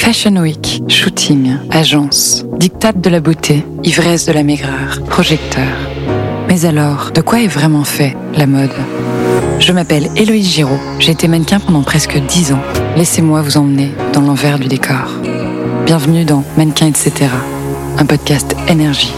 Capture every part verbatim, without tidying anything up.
Fashion Week, shooting, agence, diktat de la beauté, ivresse de la maigreur, projecteur. Mais alors, de quoi est vraiment fait la mode ? Je m'appelle Héloïse Giraud, j'ai été mannequin pendant presque dix ans. Laissez-moi vous emmener dans l'envers du décor. Bienvenue dans Mannequin et cetera, un podcast énergie.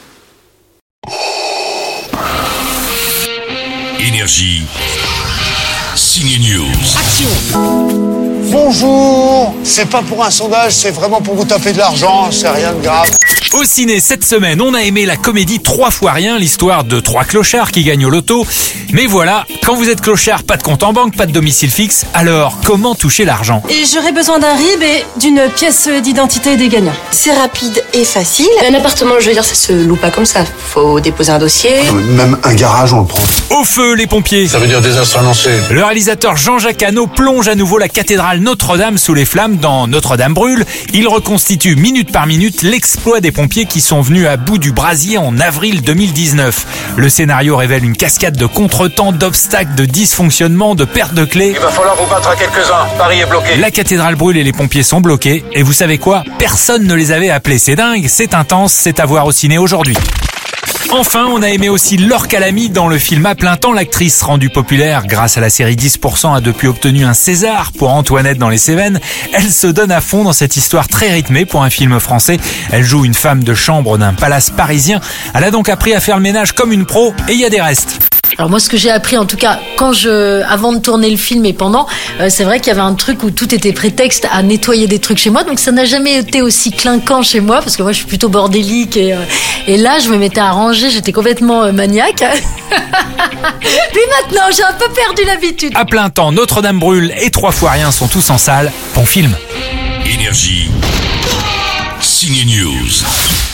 Énergie. Signe News. Action. Bonjour. C'est pas pour un sondage, c'est vraiment pour vous taper de l'argent, c'est rien de grave. Au ciné, cette semaine, on a aimé la comédie Trois fois rien, l'histoire de trois clochards qui gagnent au loto. Mais voilà, quand vous êtes clochard, pas de compte en banque, pas de domicile fixe, alors comment toucher l'argent ? Et j'aurais besoin d'un R I B et d'une pièce d'identité des gagnants. C'est rapide et facile. Un appartement, je veux dire, ça se loue pas comme ça. Faut déposer un dossier. Même un garage, on le prend. Au feu, les pompiers. Ça veut dire désastre annoncé. Le réalisateur Jean-Jacques Hano plonge à nouveau la cathédrale Notre-Dame sous les flammes dans Notre-Dame brûle. Il reconstitue minute par minute l'exploit des pompiers qui sont venus à bout du brasier en avril deux mille dix-neuf. Le scénario révèle une cascade de contretemps, d'obstacles, de dysfonctionnements, de pertes de clés. Il va falloir vous battre à quelques-uns. Paris est bloqué. La cathédrale brûle et les pompiers sont bloqués. Et vous savez quoi ? Personne ne les avait appelés. C'est dingue, c'est intense, c'est à voir au ciné aujourd'hui. Enfin, on a aimé aussi Laure Calamy dans le film À plein temps. L'actrice rendue populaire grâce à la série dix pour cent a depuis obtenu un César pour Antoinette dans les Cévennes. Elle se donne à fond dans cette histoire très rythmée pour un film français. Elle joue une femme de chambre d'un palace parisien. Elle a donc appris à faire le ménage comme une pro et il y a des restes. Alors moi, ce que j'ai appris, en tout cas, quand je, avant de tourner le film et pendant, euh, c'est vrai qu'il y avait un truc où tout était prétexte à nettoyer des trucs chez moi. Donc ça n'a jamais été aussi clinquant chez moi, parce que moi, je suis plutôt bordélique et, euh, et là, je me mettais à ranger, j'étais complètement euh, maniaque. Puis maintenant, j'ai un peu perdu l'habitude. À plein temps, Notre-Dame brûle et Trois fois rien sont tous en salle. Bon film. Énergie. Signe News.